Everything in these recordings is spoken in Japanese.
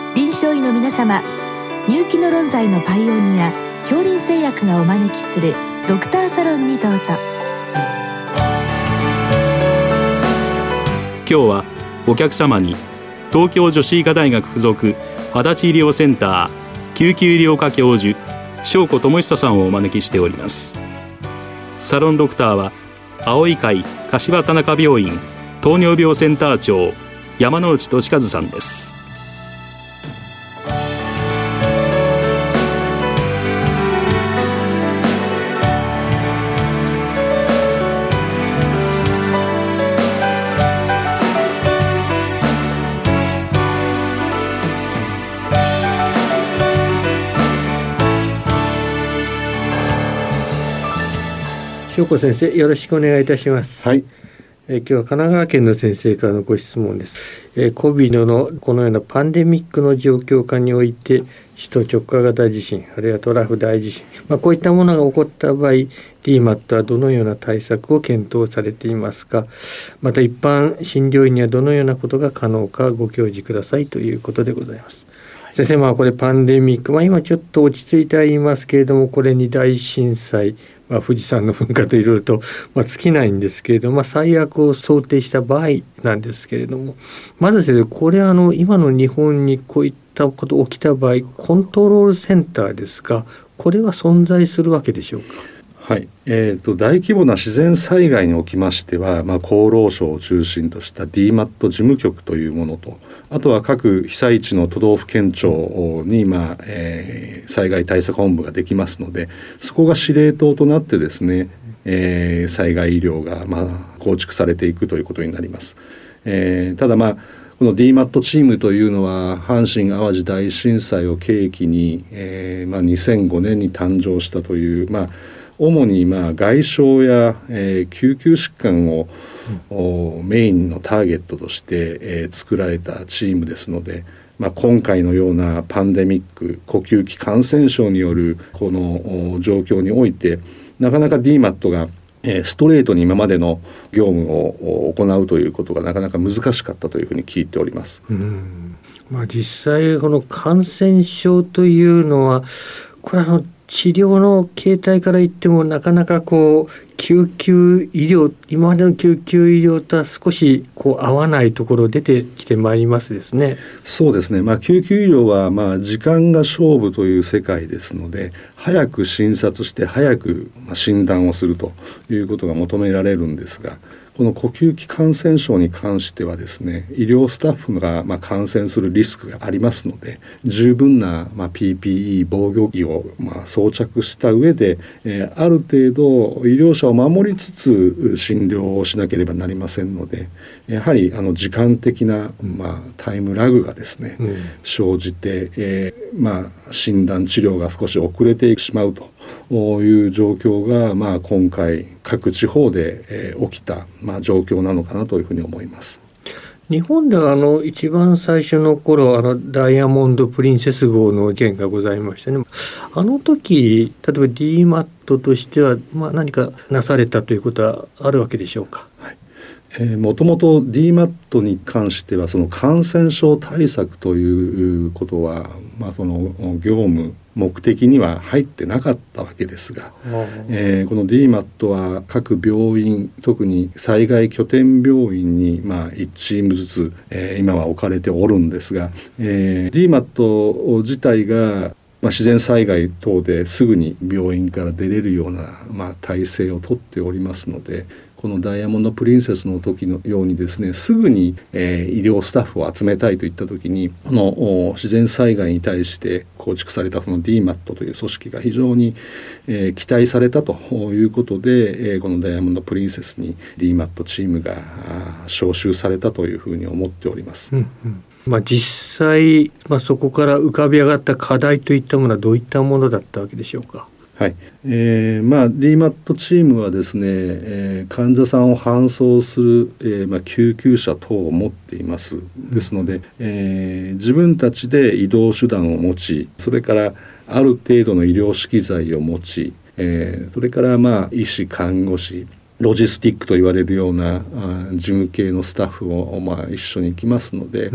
臨床医の皆様、入気の論剤のパイオニア杏林製薬がお招きするドクターサロンにどうぞ。 今日はお客様に東京女子医科大学附属足立医療センター救急医療科教授正子智久さんをお招きしております。サロンドクターは青い会柏田中病院糖尿病センター長山内俊和さんです。 正子先生、よろしくお願いいたします。 はい。 今日は神奈川県の先生からのご質問です。COVID のこのようなパンデミックの状況下において首都直下型地震、あるいはトラフ大地震、こういったものが起こった場合、DMAT はどのような対策を検討されていますか。また一般診療医にはどのようなことが可能かご教示くださいということでございます。先生、これパンデミック、今ちょっと落ち着いてはいますけれども、これに大震災、富士山の噴火といろいろと、尽きないんですけれども、最悪を想定した場合なんですけれども、まず先生、これ今の日本にこういったこと起きた場合、コントロールセンターですか、これは存在するわけでしょうか。 はい。大規模な自然災害におきましては、厚労省を中心とした DMAT 事務局というものと、あとは各被災地の都道府県庁に、災害対策本部ができますので、そこが司令塔となってですね、災害医療が構築されていくということになります。ただこの DMAT チームというのは阪神・淡路大震災を契機に、2005年に誕生したという、主に外傷や、救急疾患をメインのターゲットとして、作られたチームですので、今回のようなパンデミック、呼吸器感染症によるこの状況において、なかなか DMAT がストレートに今までの業務を行うということがなかなか難しかったというふうに聞いております。 実際この感染症というのは、これ治療の形態から言ってもなかなか救急医療、今までの救急医療とは少し合わないところ出てきてまいりますですね。 そうですね。救急医療は時間が勝負という世界ですので、早く診察して早く診断をするということが求められるんですが、この呼吸器感染症に関してはですね、医療スタッフが感染するリスクがありますので、十分なPPE 防御着を装着した上で、ある程度医療者を守りつつ診療をしなければなりませんので、やはり時間的なタイムラグがですね、生じて、診断治療が少し遅れてしまうという状況が、今回各地方で、起きた、状況なのかなというふうに思います。 日本では一番最初の頃ダイヤモンドプリンセス号の件がございましたね。あの時例えば DMAT としては、何かなされたということはあるわけでしょうか。 もともと DMAT に関してはその感染症対策ということは、その業務目的には入ってなかったわけですが、この DMAT は各病院、特に災害拠点病院に1チームずつ、今は置かれておるんですが、DMAT 自体が自然災害等ですぐに病院から出れるような、体制をとっておりますので、このダイヤモンドプリンセスの時のようにですね、すぐに、医療スタッフを集めたいといった時に、この自然災害に対して構築されたこの DMAT という組織が非常に、期待されたということで、このダイヤモンドプリンセスに DMAT チームが招集されたというふうに思っております。 実際、そこから浮かび上がった課題といったものはどういったものだったわけでしょうか。 はい。DMAT チームはですね、患者さんを搬送する、救急車等を持っています。ですので、自分たちで移動手段を持ち、それからある程度の医療資機材を持ち、それから医師看護師、 ロジスティックと言われるような事務系のスタッフを一緒に行きますので、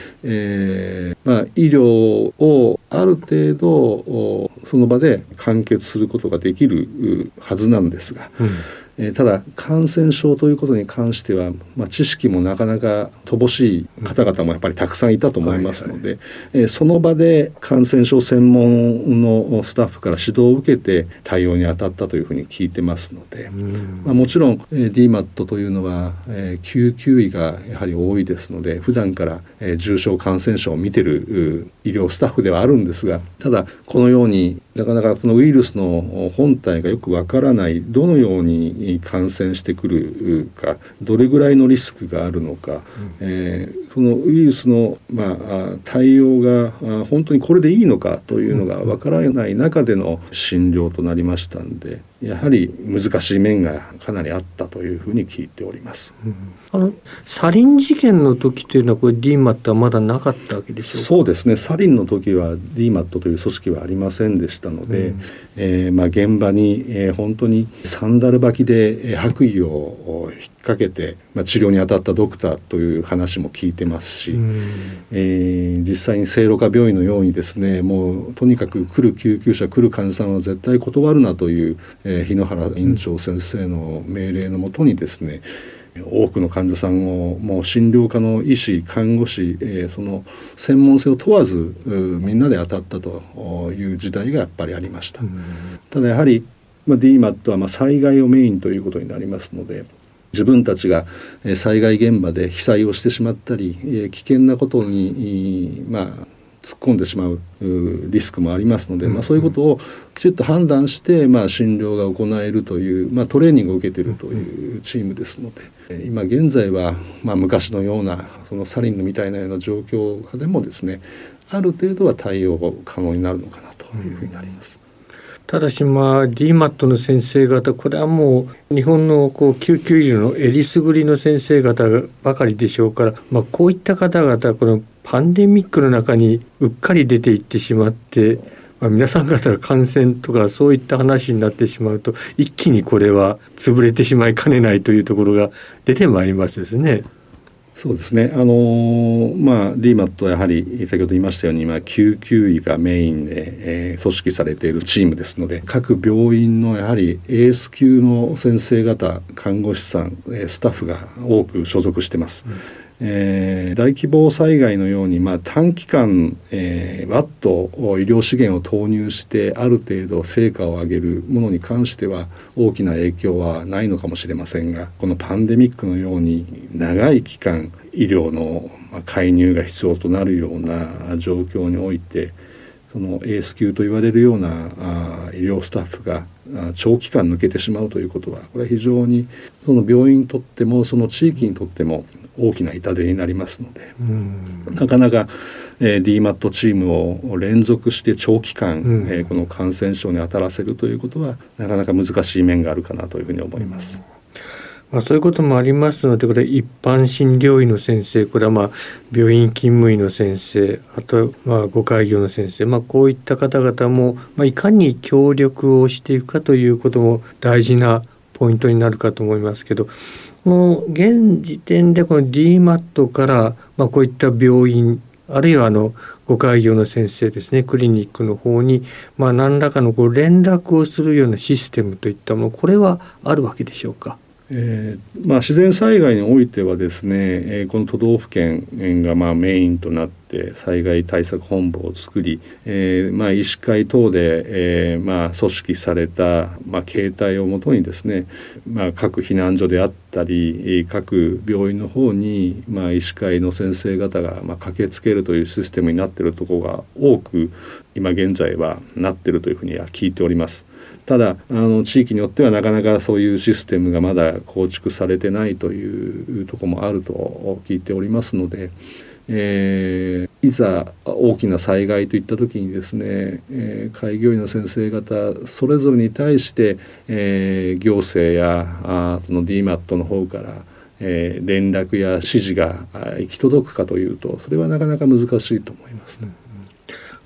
医療をある程度その場で完結することができるはずなんですが、ただ感染症ということに関しては、知識もなかなか乏しい方々もやっぱりたくさんいたと思いますので、その場で感染症専門のスタッフから指導を受けて対応に当たったというふうに聞いてますので、もちろん DMAT というのは救急医がやはり多いですので、普段から重症感染者を見てる医療スタッフではあるんですが、ただこのようになかなかそのウイルスの本体がよくわからない、どのように感染してくるか、どれぐらいのリスクがあるのか、そのウイルスの、対応が本当にこれでいいのかというのがわからない中での診療となりましたんで、やはり難しい面がかなりあったというふうに聞いております。 サリン事件の時というのはこれ DMAT はまだなかったわけでしょうか。 そうですね、サリンの時は DMAT という組織はありませんでしたので、現場に、本当にサンダル履きで白衣を引っ掛けて、治療に当たったドクターという話も聞いてますし、実際に聖路加病院のようにですね、もうとにかく来る救急車、来る患者さんは絶対断るなという、日野原院長先生の命令のもとにですね、多くの患者さんをもう診療科の医師、看護師、その専門性を問わずみんなで当たったという時代がやっぱりありました。ただやはり、DMAT は災害をメインということになりますので、自分たちが災害現場で被災をしてしまったり、危険なことに突っ込んでしまうリスクもありますので、そういうことをきちっと判断して、診療が行えるという、トレーニングを受けているというチームですので、今現在は、昔のようなそのサリンみたいなような状況下でもですね、ある程度は対応可能になるのかなというふうになります。 ただしDMAT の先生方、これはもう日本の救急医療のえりすぐりの先生方ばかりでしょうから、こういった方々このパンデミックの中にうっかり出ていってしまって、皆さん方が感染とかそういった話になってしまうと、一気にこれは潰れてしまいかねないというところが出てまいりますですね。 そうですね、DMAT はやはり先ほど言いましたように、救急医がメインで、組織されているチームですので、各病院のやはりエース級の先生方、看護師さん、スタッフが多く所属しています。大規模災害のように、短期間、ワッと医療資源を投入してある程度成果を上げるものに関しては大きな影響はないのかもしれませんが、このパンデミックのように長い期間医療の介入が必要となるような状況において、そのエース級と言われるような医療スタッフが長期間抜けてしまうということは、これは非常にその病院にとってもその地域にとっても大きな痛手になりますので、なかなか、DMAT チームを連続して長期間、この感染症に当たらせるということはなかなか難しい面があるかなというふうに思います。 そういうこともありますので、これ一般診療医の先生、これは病院勤務医の先生、あとご開業の先生、こういった方々も、いかに協力をしていくかということも大事なポイントになるかと思いますけど、もう現時点でこの DMAT から、こういった病院あるいはご開業の先生ですね、クリニックの方に、何らかの連絡をするようなシステムといったもの、これはあるわけでしょうか。 自然災害においてはですね、この都道府県がメインとなって災害対策本部を作り、医師会等で、組織された、形態をもとにですね、各避難所であったり各病院の方に、医師会の先生方が、駆けつけるというシステムになっているところが多く今現在はなっているというふうには聞いております。ただ地域によってはなかなかそういうシステムがまだ構築されてないというところもあると聞いておりますので、いざ大きな災害といった時にですね、開業医の先生方それぞれに対して、行政やその DMAT の方から、連絡や指示が行き届くかというと、それはなかなか難しいと思いますね。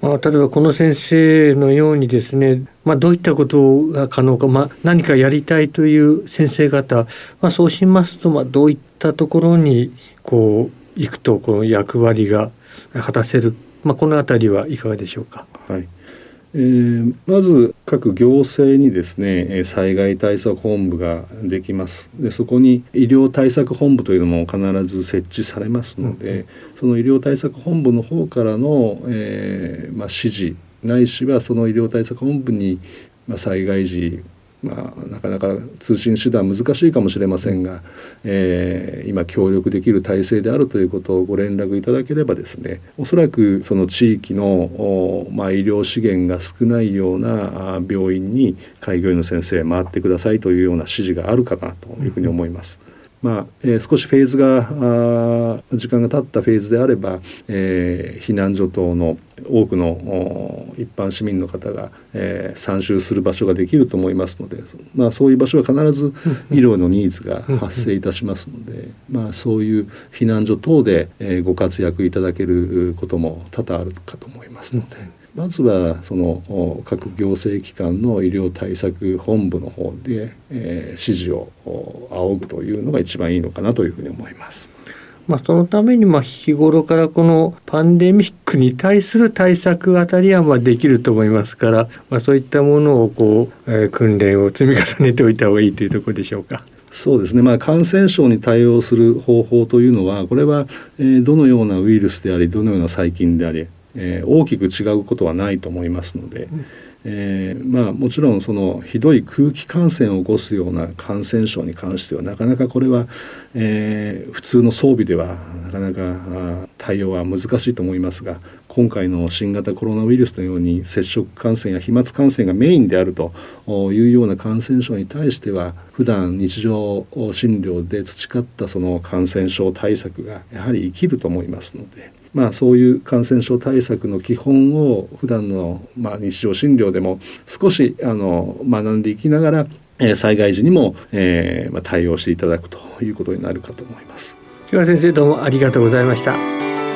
例えばこの先生のようにですね、どういったことが可能か、何かやりたいという先生方、そうしますと、どういったところに行くとこの役割が果たせる、このあたりはいかがでしょうか。 はい。まず各行政にですね、災害対策本部ができます。でそこに医療対策本部というのも必ず設置されますので、その医療対策本部の方からの、指示ないしはその医療対策本部に、災害時なかなか通信手段難しいかもしれませんが、今協力できる体制であるということをご連絡いただければですね、おそらくその地域の、医療資源が少ないような病院に開業医の先生回ってくださいというような指示があるかなというふうに思います。少しフェーズが時間が経ったフェーズであれば、避難所等の多くの一般市民の方が、参集する場所ができると思いますので、そういう場所は必ず医療のニーズが発生いたしますので、そういう避難所等で、ご活躍いただけることも多々あるかと思いますので、まずはその各行政機関の医療対策本部の方で、指示を仰ぐというのが一番いいのかなというふうに思います。 そのために日頃からこのパンデミックに対する対策あたりはできると思いますから、そういったものを訓練を積み重ねておいた方がいいというところでしょうか。 そうですね、感染症に対応する方法というのは、これは、どのようなウイルスでありどのような細菌であり、大きく違うことはないと思いますので、もちろんそのひどい空気感染を起こすような感染症に関してはなかなかこれは、普通の装備ではなかなか対応は難しいと思いますが、今回の新型コロナウイルスのように接触感染や飛沫感染がメインであるというような感染症に対しては、普段日常診療で培ったその感染症対策がやはり生きると思いますので、そういう感染症対策の基本を普段の日常診療でも少し学んでいきながら、災害時にも、対応していただくということになるかと思います。 今日は先生どうもありがとうございました。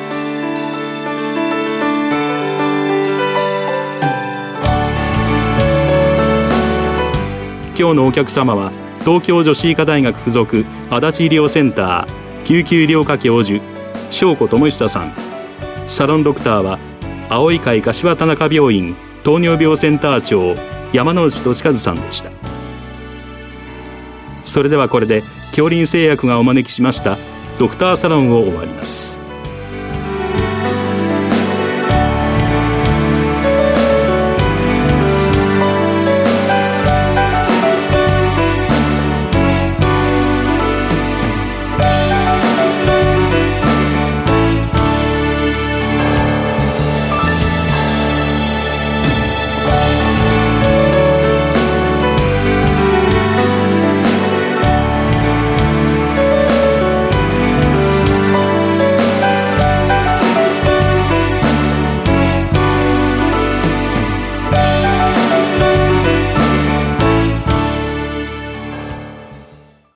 今日のお客様は東京女子医科大学附属足立医療センター救急医療科教授正子智久さん、サロンドクターは青い会柏田中病院糖尿病センター長山内俊和さんでした。それではこれで京林製薬がお招きしましたドクターサロンを終わります。